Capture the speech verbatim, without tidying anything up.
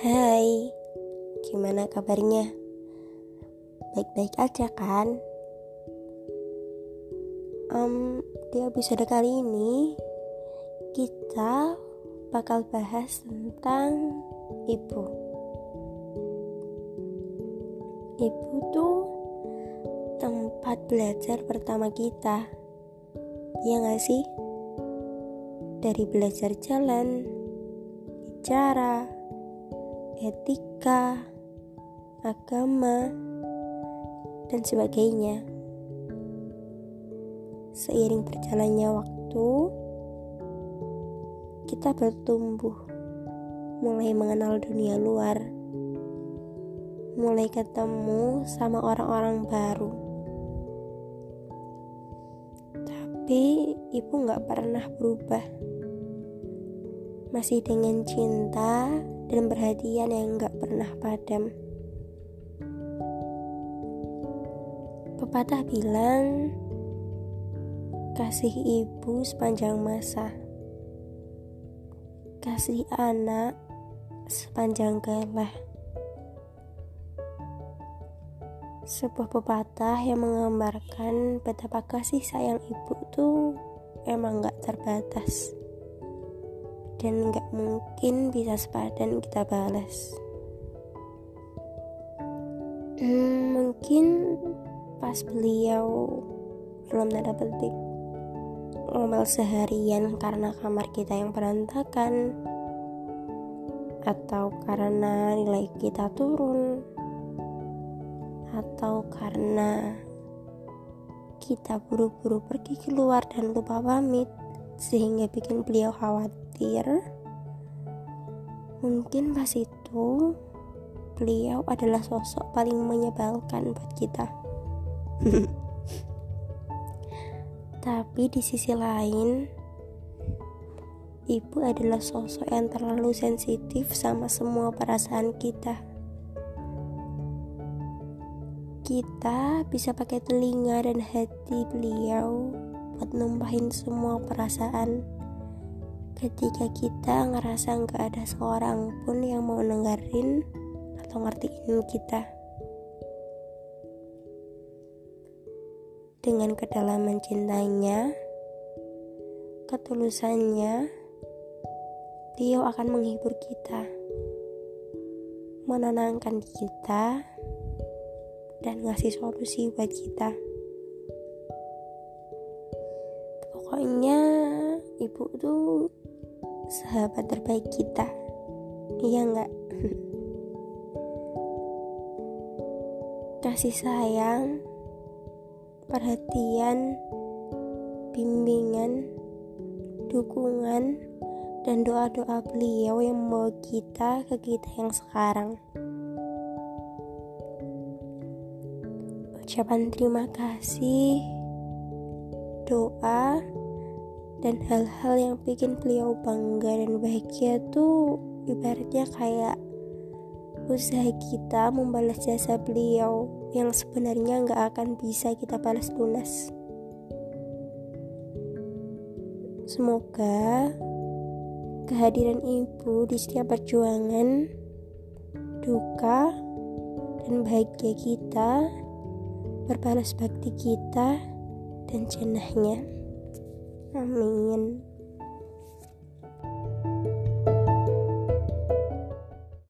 Hai, gimana kabarnya? Baik-baik aja kan? Um, di episode kali ini kita bakal bahas tentang ibu. Ibu tuh tempat belajar pertama kita, ya gak sih? Dari belajar jalan, bicara, etika, agama, dan sebagainya. Seiring berjalannya waktu, kita bertumbuh, mulai mengenal dunia luar, mulai ketemu sama orang-orang baru. Tapi ibu gak pernah berubah, masih dengan cinta dan perhatian yang gak pernah padam. Pepatah bilang, kasih ibu sepanjang masa, kasih anak sepanjang galah. Sebuah pepatah yang menggambarkan betapa kasih sayang ibu tuh emang gak terbatas dan gak mungkin bisa sepadan kita balas. Hmm, mungkin pas beliau belum tanda petik ngomel seharian karena kamar kita yang berantakan, atau karena nilai kita turun, atau karena kita buru-buru pergi keluar dan lupa pamit sehingga bikin beliau khawatir. Mungkin pas itu beliau adalah sosok paling menyebalkan buat kita. Tapi di sisi lain, ibu adalah sosok yang terlalu sensitif sama semua perasaan kita. Kita bisa pakai telinga dan hati beliau buat numpahin semua perasaan ketika kita ngerasa gak ada seorang pun yang mau dengerin atau ngertiin kita. Dengan kedalaman cintanya, ketulusannya, beliau akan menghibur kita, menenangkan kita, dan ngasih solusi buat kita. Pokoknya ibu tuh sahabat terbaik kita, iya gak? Kasih sayang, perhatian, bimbingan, dukungan, dan doa-doa beliau yang membawa kita ke kita yang sekarang. Ucapan terima kasih, doa, dan hal-hal yang bikin beliau bangga dan bahagia tuh ibaratnya kayak usaha kita membalas jasa beliau yang sebenarnya gak akan bisa kita balas lunas. Semoga kehadiran ibu di setiap perjuangan, duka, dan bahagia kita berbalas bakti kita dan jannahnya. Amin.